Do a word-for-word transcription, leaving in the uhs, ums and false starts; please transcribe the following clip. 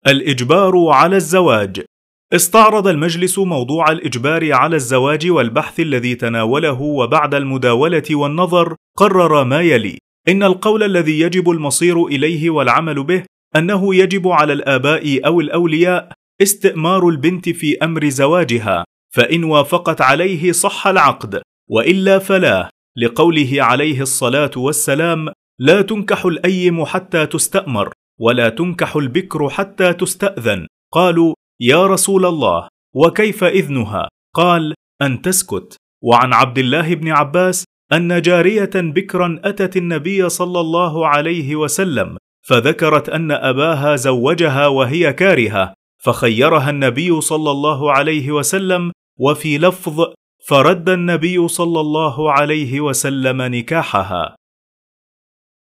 الإجبار على الزواج. استعرض المجلس موضوع الإجبار على الزواج والبحث الذي تناوله، وبعد المداولة والنظر قرر ما يلي: إن القول الذي يجب المصير إليه والعمل به أنه يجب على الآباء أو الأولياء استئمار البنت في أمر زواجها، فإن وافقت عليه صح العقد، وإلا فلا، لقوله عليه الصلاة والسلام: لا تنكح الأيم حتى تستأمر، ولا تنكح البكر حتى تستأذن. قالوا: يا رسول الله، وكيف إذنها؟ قال: أن تسكت. وعن عبد الله بن عباس أن جارية بكرا أتت النبي صلى الله عليه وسلم فذكرت أن أباها زوجها وهي كارهة، فخيرها النبي صلى الله عليه وسلم، وفي لفظ: فرد النبي صلى الله عليه وسلم نكاحها.